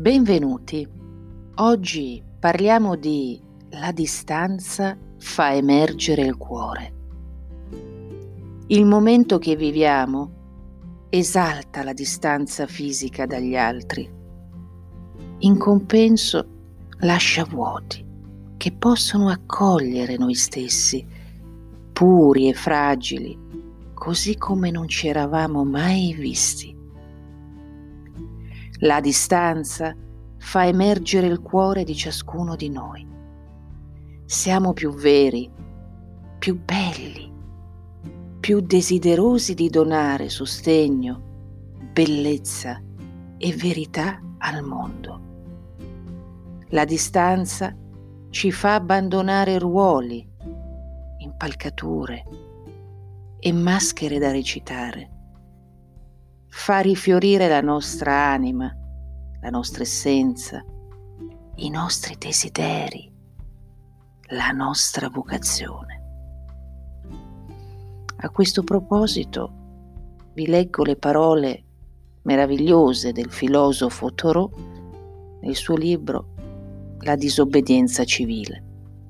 Benvenuti. Oggi parliamo di la distanza fa emergere il cuore. Il momento che viviamo esalta la distanza fisica dagli altri. In compenso lascia vuoti che possono accogliere noi stessi, puri e fragili, così come non ci eravamo mai visti. La distanza fa emergere il cuore di ciascuno di noi. Siamo più veri, più belli, più desiderosi di donare sostegno, bellezza e verità al mondo. La distanza ci fa abbandonare ruoli, impalcature e maschere da recitare. Fa rifiorire la nostra anima, la nostra essenza, i nostri desideri, la nostra vocazione. A questo proposito vi leggo le parole meravigliose del filosofo Thoreau nel suo libro La disobbedienza civile.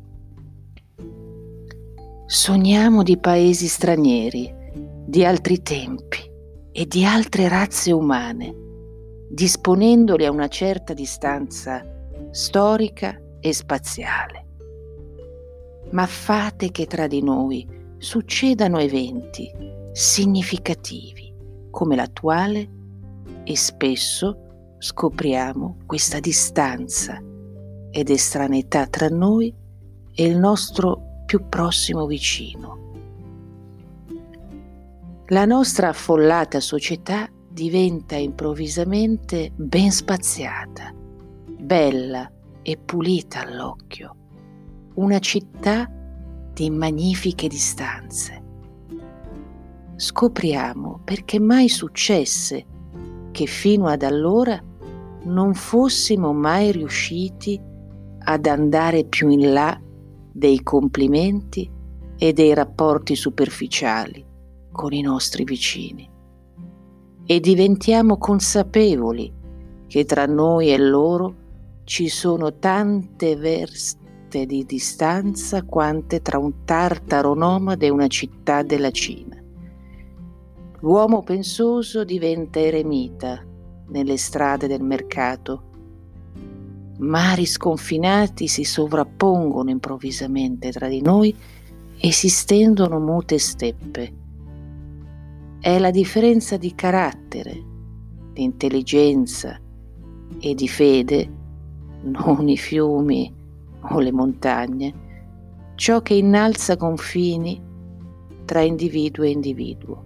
Sogniamo di paesi stranieri, di altri tempi e di altre razze umane, disponendoli a una certa distanza storica e spaziale. Ma fate che tra di noi succedano eventi significativi come l'attuale e spesso scopriamo questa distanza ed estraneità tra noi e il nostro più prossimo vicino. La nostra affollata società diventa improvvisamente ben spaziata, bella e pulita all'occhio, una città di magnifiche distanze. Scopriamo perché mai successe che fino ad allora non fossimo mai riusciti ad andare più in là dei complimenti e dei rapporti superficiali con i nostri vicini e diventiamo consapevoli che tra noi e loro ci sono tante verste di distanza quante tra un tartaro nomade e una città della Cina. L'uomo pensoso diventa eremita nelle strade del mercato. Mari sconfinati si sovrappongono improvvisamente tra di noi e si stendono mute steppe. È la differenza di carattere, di intelligenza e di fede, non i fiumi o le montagne, ciò che innalza confini tra individuo e individuo.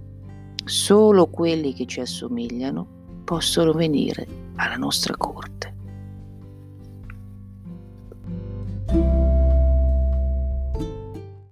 Solo quelli che ci assomigliano possono venire alla nostra corte.